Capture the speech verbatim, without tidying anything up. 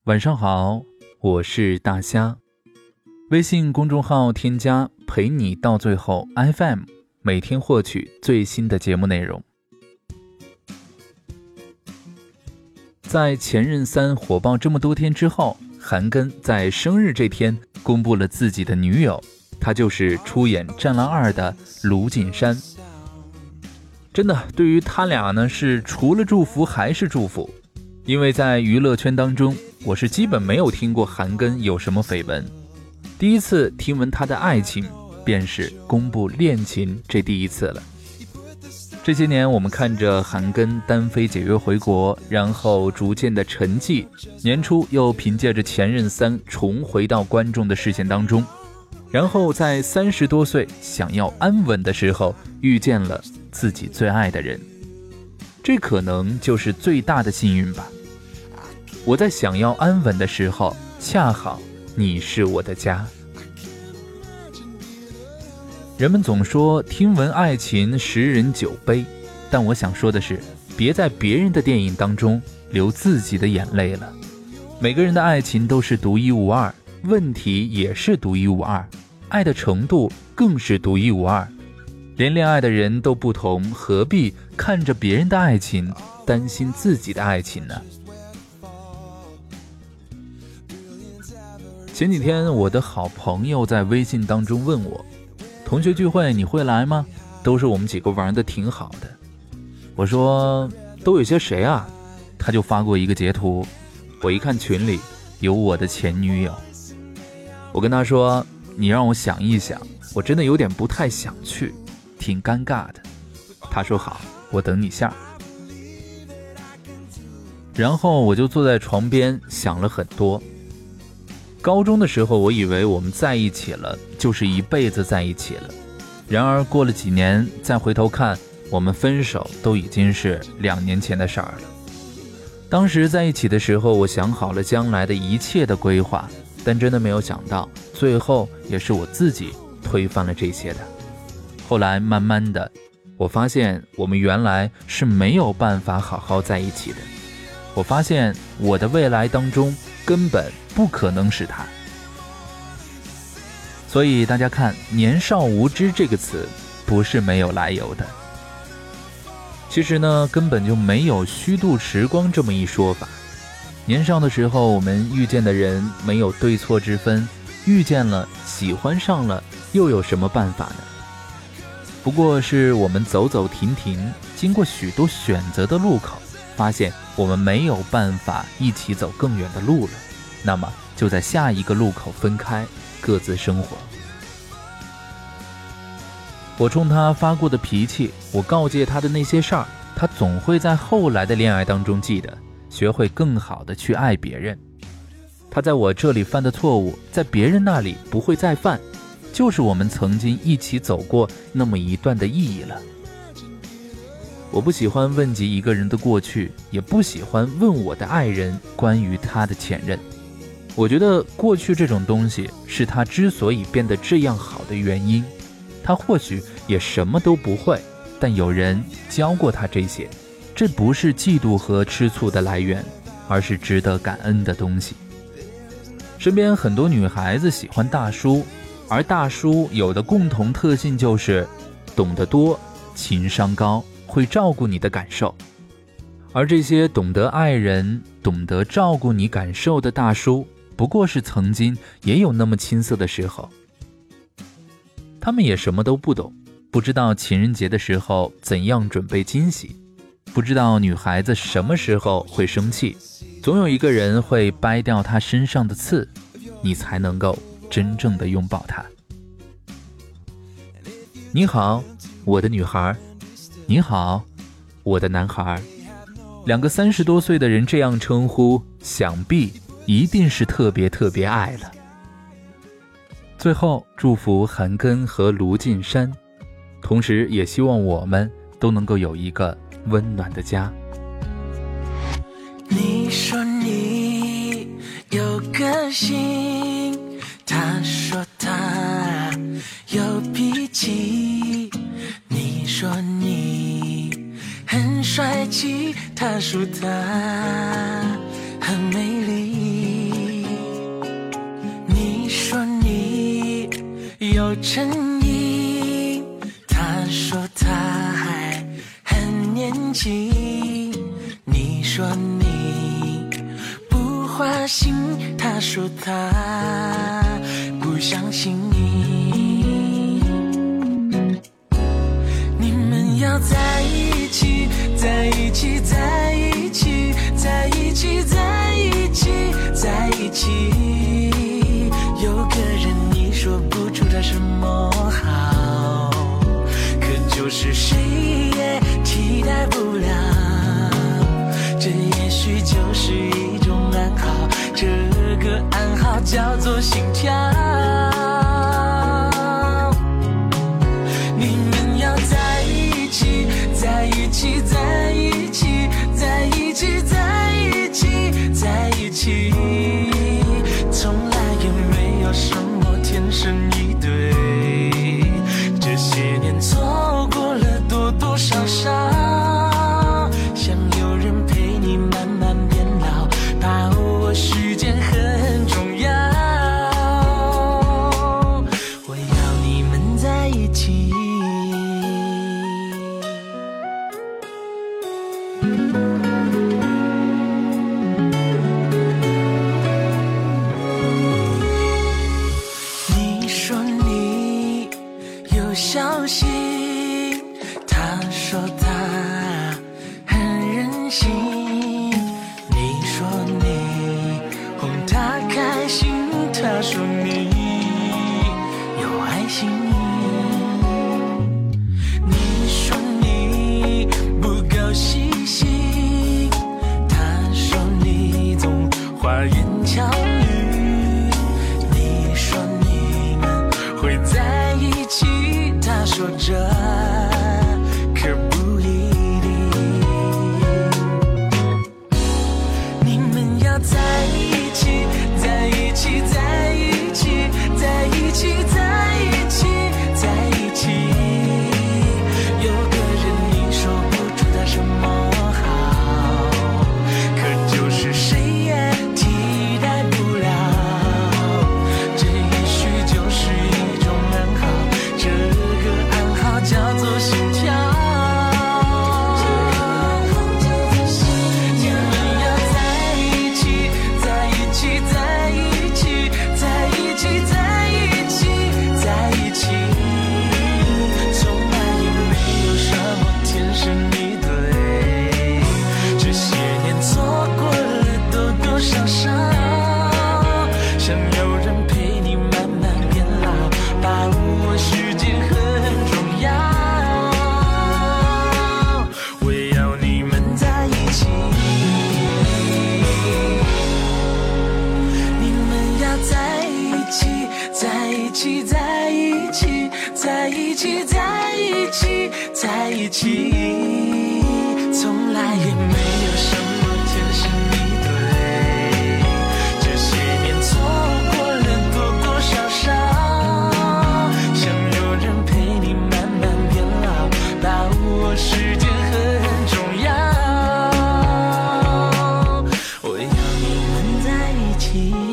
晚上好，我是大虾。微信公众号添加陪你到最后 F M， 每天获取最新的节目内容。在前任三火爆这么多天之后，韩庚在生日这天公布了自己的女友，她就是出演《战狼二》的卢靖姗。真的，对于他俩呢，是除了祝福还是祝福。因为在娱乐圈当中，我是基本没有听过韩庚有什么绯闻，第一次听闻他的爱情便是公布恋情这第一次了。这些年我们看着韩庚单飞解约回国，然后逐渐的沉寂，年初又凭借着前任三重回到观众的视线当中，然后在三十多岁想要安稳的时候遇见了自己最爱的人，这可能就是最大的幸运吧。我在想要安稳的时候，恰好你是我的家。人们总说听闻爱情十人九悲，但我想说的是，别在别人的电影当中流自己的眼泪了。每个人的爱情都是独一无二，问题也是独一无二，爱的程度更是独一无二。连恋爱的人都不同，何必看着别人的爱情担心自己的爱情呢？前几天我的好朋友在微信当中问我，同学聚会你会来吗？都是我们几个玩的挺好的。我说都有些谁啊？他就发过一个截图，我一看群里有我的前女友。我跟他说，你让我想一想，我真的有点不太想去，挺尴尬的。他说好，我等你下。然后我就坐在床边想了很多。高中的时候我以为我们在一起了就是一辈子在一起了，然而过了几年再回头看，我们分手都已经是两年前的事儿了。当时在一起的时候，我想好了将来的一切的规划，但真的没有想到最后也是我自己推翻了这些的。后来慢慢的我发现我们原来是没有办法好好在一起的，我发现我的未来当中根本不可能是他。所以大家看，年少无知这个词不是没有来由的。其实呢，根本就没有虚度时光这么一说法。年少的时候我们遇见的人没有对错之分，遇见了喜欢上了又有什么办法呢？不过是我们走走停停，经过许多选择的路口，发现我们没有办法一起走更远的路了，那么就在下一个路口分开，各自生活。我冲他发过的脾气，我告诫他的那些事儿，他总会在后来的恋爱当中记得，学会更好的去爱别人。他在我这里犯的错误，在别人那里不会再犯，就是我们曾经一起走过那么一段的意义了。我不喜欢问及一个人的过去，也不喜欢问我的爱人关于他的前任。我觉得过去这种东西是他之所以变得这样好的原因，他或许也什么都不会，但有人教过他这些，这不是嫉妒和吃醋的来源，而是值得感恩的东西。身边很多女孩子喜欢大叔，而大叔有的共同特性就是懂得多，情商高，会照顾你的感受。而这些懂得爱人，懂得照顾你感受的大叔，不过是曾经也有那么青涩的时候。他们也什么都不懂，不知道情人节的时候怎样准备惊喜，不知道女孩子什么时候会生气，总有一个人会掰掉她身上的刺，你才能够真正的拥抱她。你好，我的女孩。你好，我的男孩。两个三十多岁的人这样称呼，想必一定是特别特别爱了。最后祝福韩庚和卢靖姗，同时也希望我们都能够有一个温暖的家。 你说你有个性，他说他有脾气，你说你很帅气，他说他很美丽。 声音，他说他还很年轻，你说你不花心，他说他不相信你。你们要在一起，在一起，在一起，在一起，在一起，在一起。有个人你说不出他什么好，可就是谁也替代不了。这也许就是一种暗号，这个暗号叫做心跳。你们要在一起，在一起，在一起，在一起，在一起，在一起，从来也没有什么天生一对。这些年错过了多多少少，想有人陪你慢慢变老，把握时间很重要。我要你们在一起。你说你有小心，他说他很任性，你说你哄他开心，他说你有爱心。你说你不够细心，他说你总花言巧语，你说你们会在一起，他说这可不一定。你们要在一起，在一起，在一起，在一起，在一起，在一起。有个人你说不出他什么好，可就是谁也替代不了。这也许就是一种暗号，这个暗号叫做心跳。你们要在一起，在一起，在一起，在一起，在一起，在一起，从来也没有什么天生一对。这些年错过了多多少少，想有人陪你慢慢变老，把握时间很重要。我要你们在一起，你们要在一起，在一起，在一起，在一起，在一起，在一起，从来也没有什么天生一对。这些年错过了多多少少，想有人陪你慢慢变老，把握时间很重要。我要你们在一起。